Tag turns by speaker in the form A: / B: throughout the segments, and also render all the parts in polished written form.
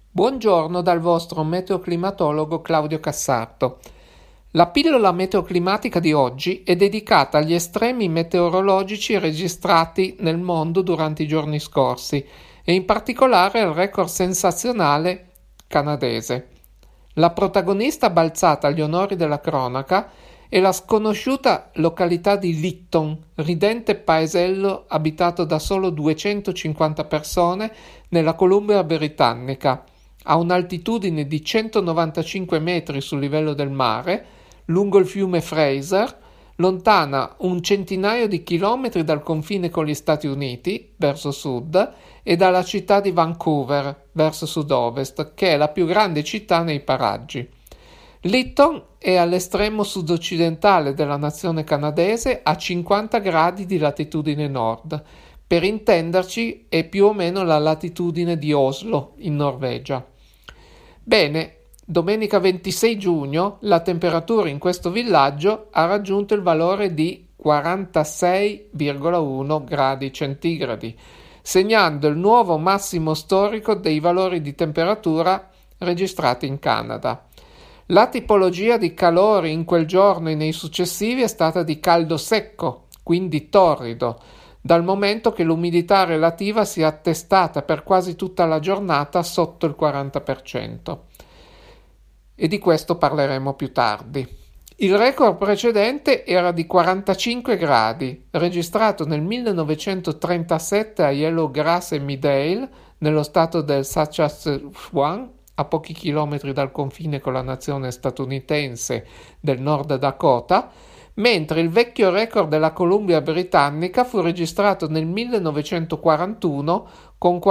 A: Buongiorno dal vostro meteoclimatologo Claudio Cassardo. La pillola meteoclimatica di oggi è dedicata agli estremi meteorologici registrati nel mondo durante i giorni scorsi e in particolare al record sensazionale canadese. La protagonista balzata agli onori della cronaca è la sconosciuta località di Lytton, ridente paesello abitato da solo 250 persone nella Columbia Britannica, a un'altitudine di 195 metri sul livello del mare, lungo il fiume Fraser, lontana un centinaio di chilometri dal confine con gli Stati Uniti, verso sud, e dalla città di Vancouver, verso sud-ovest, che è la più grande città nei paraggi. Lytton è all'estremo sud-occidentale della nazione canadese a 50 gradi di latitudine nord. Per intenderci, è più o meno la latitudine di Oslo, in Norvegia. Bene, domenica 26 giugno la temperatura in questo villaggio ha raggiunto il valore di 46,1 gradi centigradi, segnando il nuovo massimo storico dei valori di temperatura registrati in Canada. La tipologia di calore in quel giorno e nei successivi è stata di caldo secco, quindi torrido, dal momento che l'umidità relativa si è attestata per quasi tutta la giornata sotto il 40%. E di questo parleremo più tardi. Il record precedente era di 45 gradi, registrato nel 1937 a Yellowgrass e Midale, nello stato del Saskatchewan, a pochi chilometri dal confine con la nazione statunitense del Nord Dakota, mentre il vecchio record della Columbia Britannica fu registrato nel 1941 con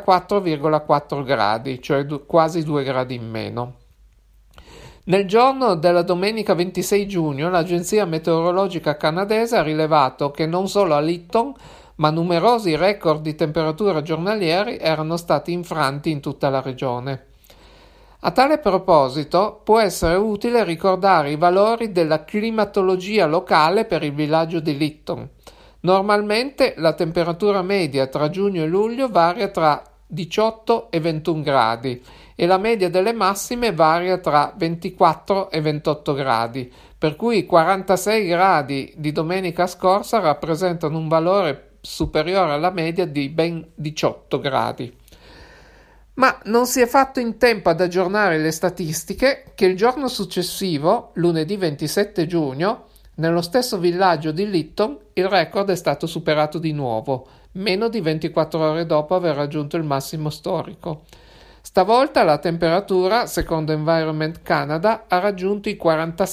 A: 44,4 gradi, cioè quasi 2 gradi in meno. Nel giorno della domenica 26 giugno l'Agenzia Meteorologica Canadese ha rilevato che non solo a Lytton, ma numerosi record di temperatura giornalieri erano stati infranti in tutta la regione. A tale proposito può essere utile ricordare i valori della climatologia locale per il villaggio di Lytton. Normalmente la temperatura media tra giugno e luglio varia tra 18 e 21 gradi e la media delle massime varia tra 24 e 28 gradi, per cui i 46 gradi di domenica scorsa rappresentano un valore superiore alla media di ben 18 gradi. Ma non si è fatto in tempo ad aggiornare le statistiche che il giorno successivo, lunedì 27 giugno, nello stesso villaggio di Lytton, il record è stato superato di nuovo, meno di 24 ore dopo aver raggiunto il massimo storico. Stavolta la temperatura, secondo Environment Canada, ha raggiunto i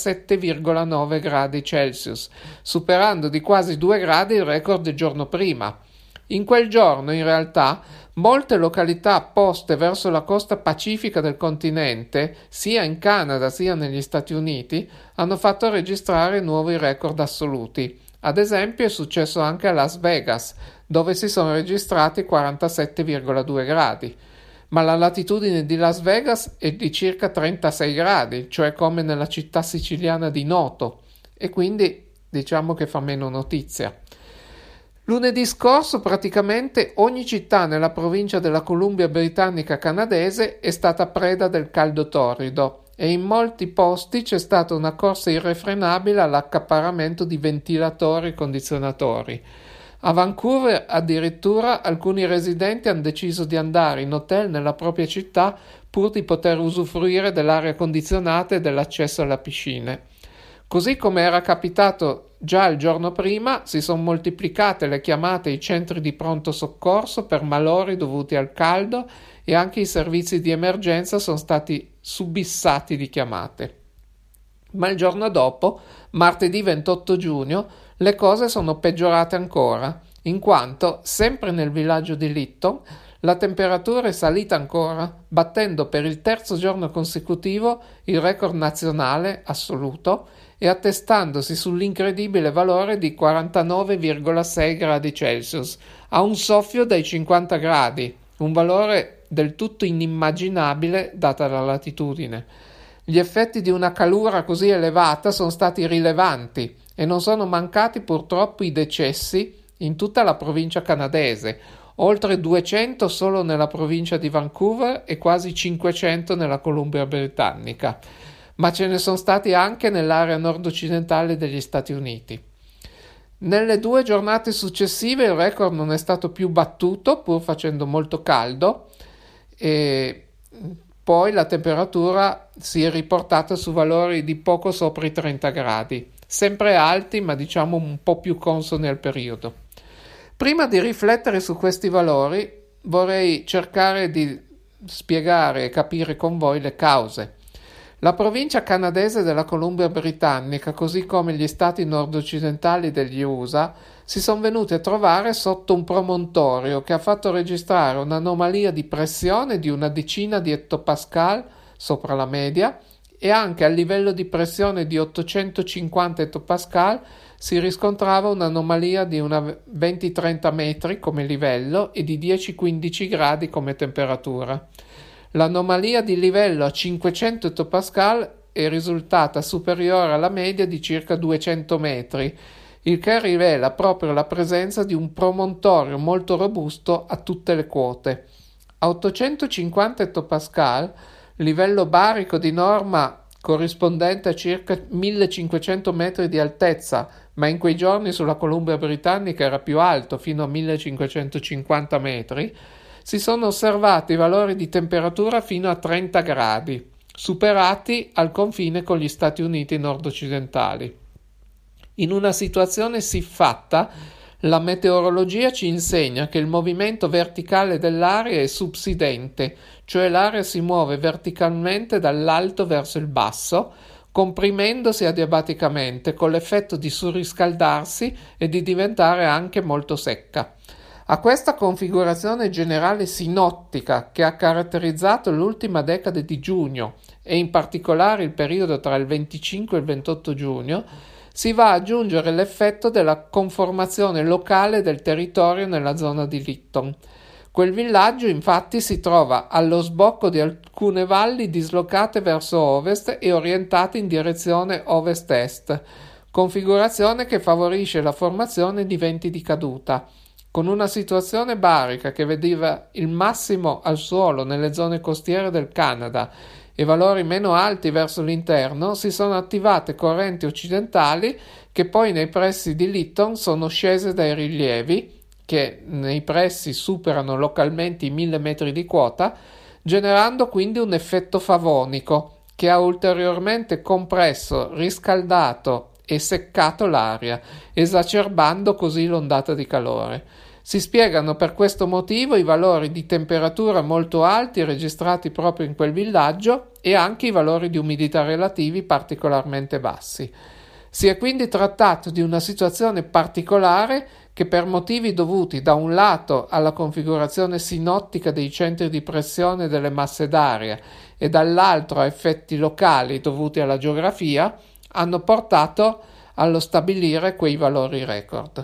A: 47,9 gradi Celsius, superando di quasi 2 gradi il record del giorno prima. In quel giorno, in realtà, molte località poste verso la costa pacifica del continente, sia in Canada sia negli Stati Uniti, hanno fatto registrare nuovi record assoluti. Ad esempio è successo anche a Las Vegas, dove si sono registrati 47,2 gradi. Ma la latitudine di Las Vegas è di circa 36 gradi, cioè come nella città siciliana di Noto, e quindi diciamo che fa meno notizia. Lunedì scorso praticamente ogni città nella provincia della Columbia Britannica canadese è stata preda del caldo torrido e in molti posti c'è stata una corsa irrefrenabile all'accaparramento di ventilatori e condizionatori. A Vancouver addirittura alcuni residenti hanno deciso di andare in hotel nella propria città pur di poter usufruire dell'aria condizionata e dell'accesso alle piscine. Così come era capitato già il giorno prima, si sono moltiplicate le chiamate ai centri di pronto soccorso per malori dovuti al caldo e anche i servizi di emergenza sono stati subissati di chiamate. Ma il giorno dopo, martedì 28 giugno, le cose sono peggiorate ancora, in quanto, sempre nel villaggio di Lytton, la temperatura è salita ancora, battendo per il terzo giorno consecutivo il record nazionale assoluto e attestandosi sull'incredibile valore di 49,6 gradi Celsius, a un soffio dai 50 gradi, un valore del tutto inimmaginabile data la latitudine. Gli effetti di una calura così elevata sono stati rilevanti e non sono mancati purtroppo i decessi in tutta la provincia canadese, oltre 200 solo nella provincia di Vancouver e quasi 500 nella Columbia Britannica, ma ce ne sono stati anche nell'area nord-occidentale degli Stati Uniti. Nelle 2 giornate successive il record non è stato più battuto, pur facendo molto caldo, e poi la temperatura si è riportata su valori di poco sopra i 30 gradi, sempre alti ma diciamo un po' più consoni al periodo. Prima di riflettere su questi valori vorrei cercare di spiegare e capire con voi le cause. La provincia canadese della Columbia Britannica, così come gli stati nord-occidentali degli USA, si sono venuti a trovare sotto un promontorio che ha fatto registrare un'anomalia di pressione di una decina di ettopascal sopra la media, e anche a livello di pressione di 850 ettopascal si riscontrava un'anomalia di una 20-30 metri come livello e di 10-15 gradi come temperatura. L'anomalia di livello a 500 ettopascal è risultata superiore alla media di circa 200 metri, il che rivela proprio la presenza di un promontorio molto robusto a tutte le quote. A 850 ettopascal, livello barico di norma corrispondente a circa 1500 metri di altezza, ma in quei giorni sulla Columbia Britannica era più alto, fino a 1550 metri, si sono osservati valori di temperatura fino a 30 gradi, superati al confine con gli Stati Uniti nord-occidentali. In una situazione siffatta, la meteorologia ci insegna che il movimento verticale dell'aria è subsidente, cioè l'aria si muove verticalmente dall'alto verso il basso, comprimendosi adiabaticamente, con l'effetto di surriscaldarsi e di diventare anche molto secca. A questa configurazione generale sinottica che ha caratterizzato l'ultima decade di giugno e in particolare il periodo tra il 25 e il 28 giugno, si va ad aggiungere l'effetto della conformazione locale del territorio nella zona di Lytton. Quel villaggio infatti si trova allo sbocco di alcune valli dislocate verso ovest e orientate in direzione ovest-est, configurazione che favorisce la formazione di venti di caduta. Con una situazione barica che vedeva il massimo al suolo nelle zone costiere del Canada e valori meno alti verso l'interno, si sono attivate correnti occidentali che poi nei pressi di Lytton sono scese dai rilievi, che nei pressi superano localmente i 1000 metri di quota, generando quindi un effetto favonico che ha ulteriormente compresso, riscaldato e seccato l'aria, esacerbando così l'ondata di calore. Si spiegano per questo motivo i valori di temperatura molto alti registrati proprio in quel villaggio e anche i valori di umidità relativi particolarmente bassi. Si è quindi trattato di una situazione particolare che, per motivi dovuti da un lato alla configurazione sinottica dei centri di pressione delle masse d'aria e dall'altro a effetti locali dovuti alla geografia, hanno portato allo stabilire quei valori record.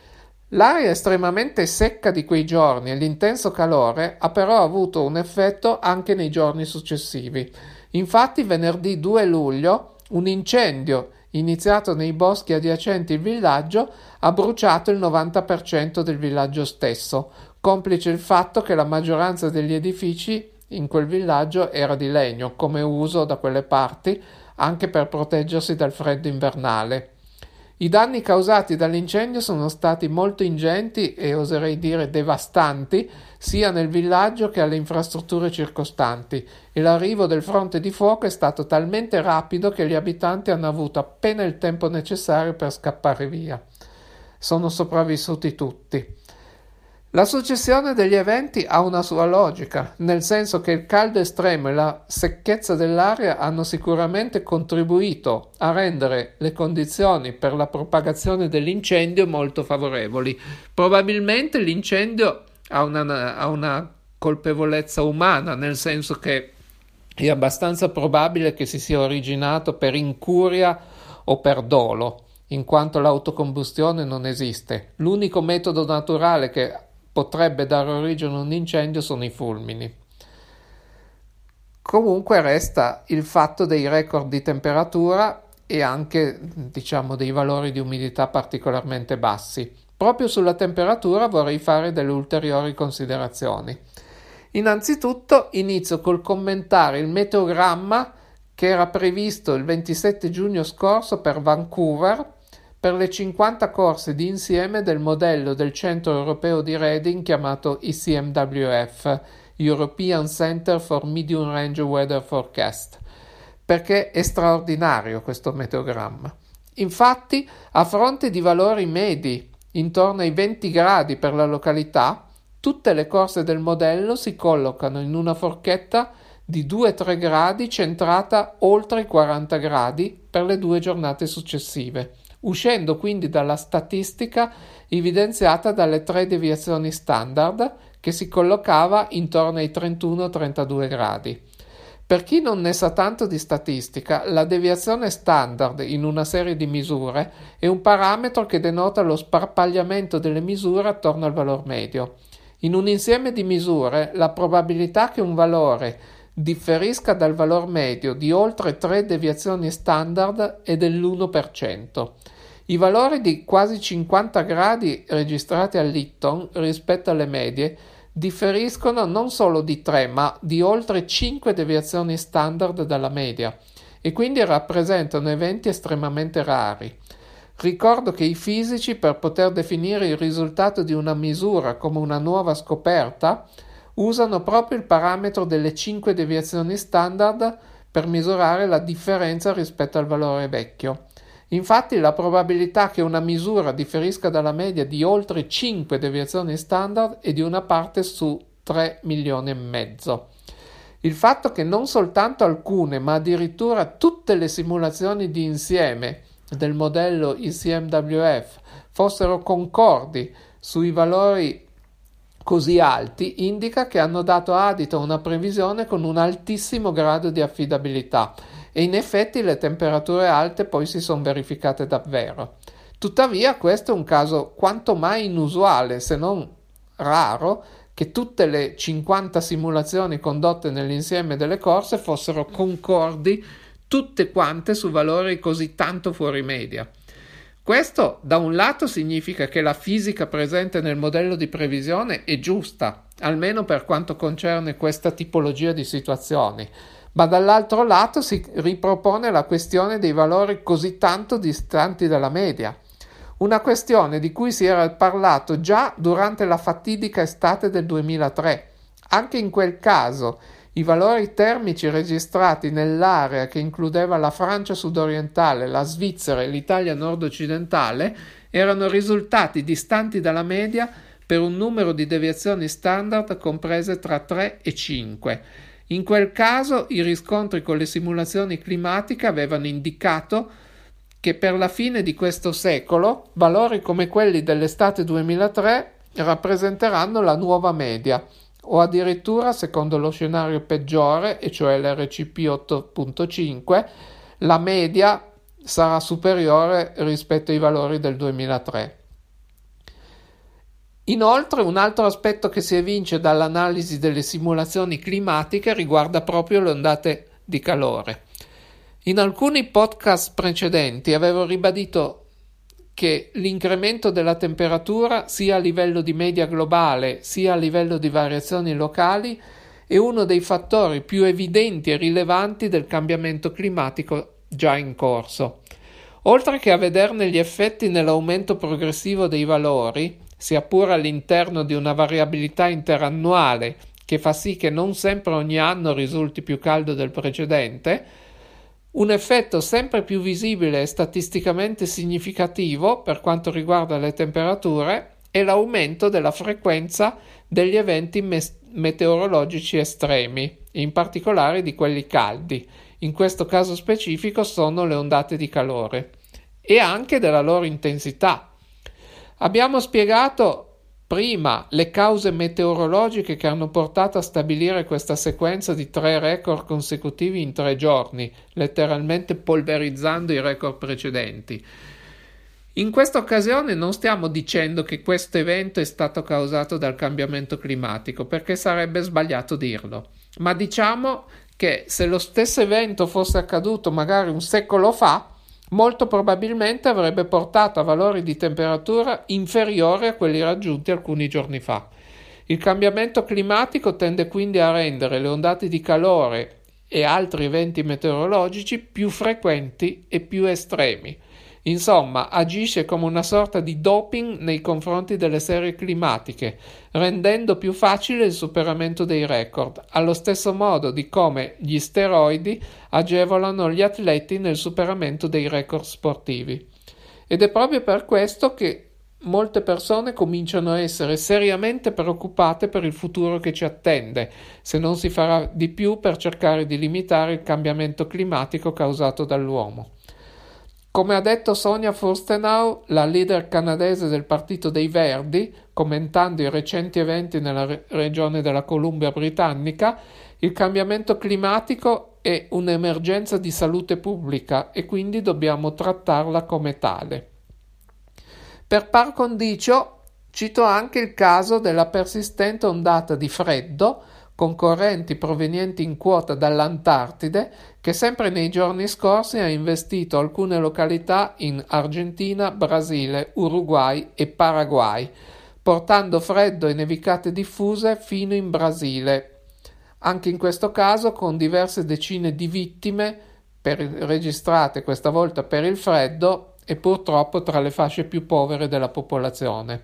A: L'aria estremamente secca di quei giorni e l'intenso calore ha però avuto un effetto anche nei giorni successivi. Infatti venerdì 2 luglio un incendio iniziato nei boschi adiacenti il villaggio ha bruciato il 90% del villaggio stesso, complice il fatto che la maggioranza degli edifici in quel villaggio era di legno, come uso da quelle parti, anche per proteggersi dal freddo invernale. I danni causati dall'incendio sono stati molto ingenti e oserei dire devastanti, sia nel villaggio che alle infrastrutture circostanti, e l'arrivo del fronte di fuoco è stato talmente rapido che gli abitanti hanno avuto appena il tempo necessario per scappare via. Sono sopravvissuti tutti. La successione degli eventi ha una sua logica, nel senso che il caldo estremo e la secchezza dell'aria hanno sicuramente contribuito a rendere le condizioni per la propagazione dell'incendio molto favorevoli. Probabilmente l'incendio ha una colpevolezza umana, nel senso che è abbastanza probabile che si sia originato per incuria o per dolo, in quanto l'autocombustione non esiste. L'unico metodo naturale che potrebbe dare origine a un incendio sono i fulmini. Comunque resta il fatto dei record di temperatura e anche, dei valori di umidità particolarmente bassi. Proprio sulla temperatura vorrei fare delle ulteriori considerazioni. Innanzitutto inizio col commentare il meteogramma che era previsto il 27 giugno scorso per Vancouver per le 50 corse di insieme del modello del centro europeo di Reading chiamato ECMWF, European Center for Medium Range Weather Forecast, perché è straordinario questo meteogramma. Infatti, a fronte di valori medi intorno ai 20 gradi per la località, tutte le corse del modello si collocano in una forchetta di 2-3 gradi centrata oltre i 40 gradi per le 2 giornate successive, uscendo quindi dalla statistica evidenziata dalle 3 deviazioni standard che si collocava intorno ai 31-32 gradi. Per chi non ne sa tanto di statistica, la deviazione standard in una serie di misure è un parametro che denota lo sparpagliamento delle misure attorno al valor medio. In un insieme di misure, la probabilità che un valore differisca dal valor medio di oltre 3 deviazioni standard è dell'1%. I valori di quasi 50 gradi registrati a Lytton rispetto alle medie differiscono non solo di 3 ma di oltre 5 deviazioni standard dalla media e quindi rappresentano eventi estremamente rari. Ricordo che i fisici, per poter definire il risultato di una misura come una nuova scoperta, usano proprio il parametro delle 5 deviazioni standard per misurare la differenza rispetto al valore vecchio. Infatti la probabilità che una misura differisca dalla media di oltre 5 deviazioni standard è di una parte su 3 milioni e mezzo. Il fatto che non soltanto alcune, ma addirittura tutte le simulazioni di insieme del modello ECMWF fossero concordi sui valori così alti indica che hanno dato adito a una previsione con un altissimo grado di affidabilità e in effetti le temperature alte poi si sono verificate davvero. Tuttavia questo è un caso quanto mai inusuale, se non raro, che tutte le 50 simulazioni condotte nell'insieme delle corse fossero concordi tutte quante su valori così tanto fuori media. Questo da un lato significa che la fisica presente nel modello di previsione è giusta, almeno per quanto concerne questa tipologia di situazioni, ma dall'altro lato si ripropone la questione dei valori così tanto distanti dalla media, una questione di cui si era parlato già durante la fatidica estate del 2003. Anche in quel caso i valori termici registrati nell'area che includeva la Francia sudorientale, la Svizzera e l'Italia nord-occidentale erano risultati distanti dalla media per un numero di deviazioni standard comprese tra 3 e 5. In quel caso i riscontri con le simulazioni climatiche avevano indicato che per la fine di questo secolo valori come quelli dell'estate 2003 rappresenteranno la nuova media, o addirittura, secondo lo scenario peggiore, e cioè l'RCP 8.5, la media sarà superiore rispetto ai valori del 2003. Inoltre, un altro aspetto che si evince dall'analisi delle simulazioni climatiche riguarda proprio le ondate di calore. In alcuni podcast precedenti avevo ribadito che l'incremento della temperatura, sia a livello di media globale sia a livello di variazioni locali, è uno dei fattori più evidenti e rilevanti del cambiamento climatico già in corso. Oltre che a vederne gli effetti nell'aumento progressivo dei valori, sia pure all'interno di una variabilità interannuale che fa sì che non sempre ogni anno risulti più caldo del precedente, un effetto sempre più visibile e statisticamente significativo per quanto riguarda le temperature è l'aumento della frequenza degli eventi meteorologici estremi, in particolare di quelli caldi. In questo caso specifico sono le ondate di calore, e anche della loro intensità. Abbiamo spiegato prima le cause meteorologiche che hanno portato a stabilire questa sequenza di 3 record consecutivi in 3 giorni, letteralmente polverizzando i record precedenti. In questa occasione non stiamo dicendo che questo evento è stato causato dal cambiamento climatico, perché sarebbe sbagliato dirlo, ma diciamo che se lo stesso evento fosse accaduto magari un secolo fa, molto probabilmente avrebbe portato a valori di temperatura inferiori a quelli raggiunti alcuni giorni fa. Il cambiamento climatico tende quindi a rendere le ondate di calore e altri eventi meteorologici più frequenti e più estremi. Insomma, agisce come una sorta di doping nei confronti delle serie climatiche, rendendo più facile il superamento dei record, allo stesso modo di come gli steroidi agevolano gli atleti nel superamento dei record sportivi. Ed è proprio per questo che molte persone cominciano a essere seriamente preoccupate per il futuro che ci attende, se non si farà di più per cercare di limitare il cambiamento climatico causato dall'uomo. Come ha detto Sonja Furstenau, la leader canadese del Partito dei Verdi, commentando i recenti eventi nella regione della Columbia Britannica, il cambiamento climatico è un'emergenza di salute pubblica e quindi dobbiamo trattarla come tale. Per par condicio, cito anche il caso della persistente ondata di freddo con correnti provenienti in quota dall'Antartide che sempre nei giorni scorsi ha investito alcune località in Argentina, Brasile, Uruguay e Paraguay, portando freddo e nevicate diffuse fino in Brasile, anche in questo caso con diverse decine di vittime registrate questa volta per il freddo e purtroppo tra le fasce più povere della popolazione.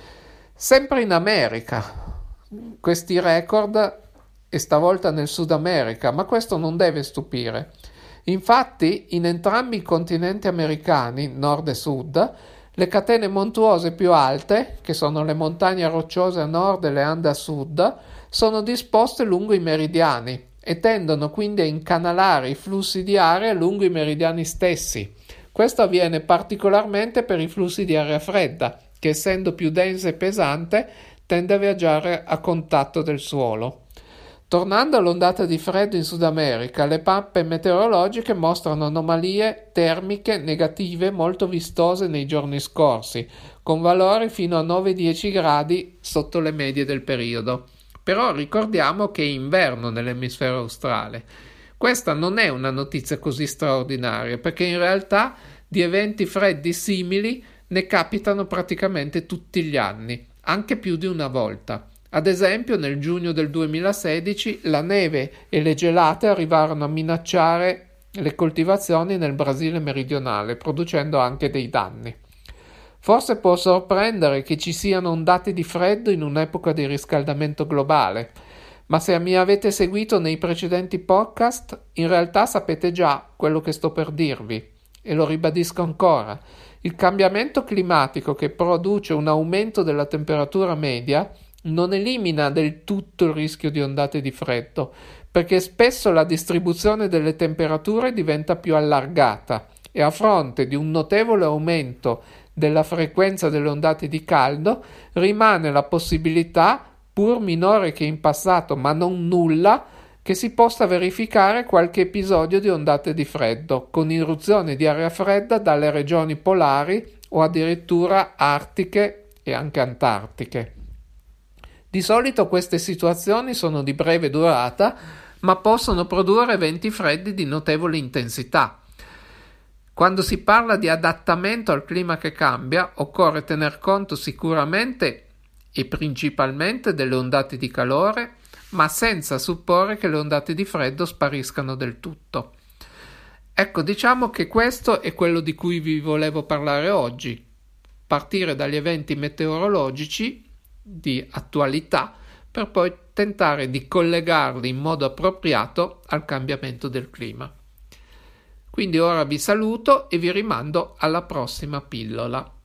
A: Sempre in America, questi record e stavolta nel Sud America, ma questo non deve stupire. Infatti, in entrambi i continenti americani, nord e sud, le catene montuose più alte, che sono le montagne rocciose a nord e le Ande a sud, sono disposte lungo i meridiani e tendono quindi a incanalare i flussi di aria lungo i meridiani stessi. Questo avviene particolarmente per i flussi di aria fredda, che essendo più densa e pesante, tende a viaggiare a contatto del suolo. Tornando all'ondata di freddo in Sud America, le mappe meteorologiche mostrano anomalie termiche negative molto vistose nei giorni scorsi, con valori fino a 9-10 gradi sotto le medie del periodo. Però ricordiamo che è inverno nell'emisfero australe. Questa non è una notizia così straordinaria, perché in realtà di eventi freddi simili ne capitano praticamente tutti gli anni, anche più di una volta. Ad esempio, nel giugno del 2016 la neve e le gelate arrivarono a minacciare le coltivazioni nel Brasile meridionale, producendo anche dei danni. Forse può sorprendere che ci siano ondate di freddo in un'epoca di riscaldamento globale, ma se mi avete seguito nei precedenti podcast, in realtà sapete già quello che sto per dirvi, e lo ribadisco ancora. Il cambiamento climatico che produce un aumento della temperatura media non elimina del tutto il rischio di ondate di freddo, perché spesso la distribuzione delle temperature diventa più allargata e a fronte di un notevole aumento della frequenza delle ondate di caldo rimane la possibilità, pur minore che in passato ma non nulla, che si possa verificare qualche episodio di ondate di freddo, con irruzione di aria fredda dalle regioni polari o addirittura artiche e anche antartiche. Di solito queste situazioni sono di breve durata, ma possono produrre eventi freddi di notevole intensità. Quando si parla di adattamento al clima che cambia, occorre tener conto sicuramente e principalmente delle ondate di calore, ma senza supporre che le ondate di freddo spariscano del tutto. Ecco, diciamo che questo è quello di cui vi volevo parlare oggi, partire dagli eventi meteorologici di attualità per poi tentare di collegarli in modo appropriato al cambiamento del clima. Quindi ora vi saluto e vi rimando alla prossima pillola.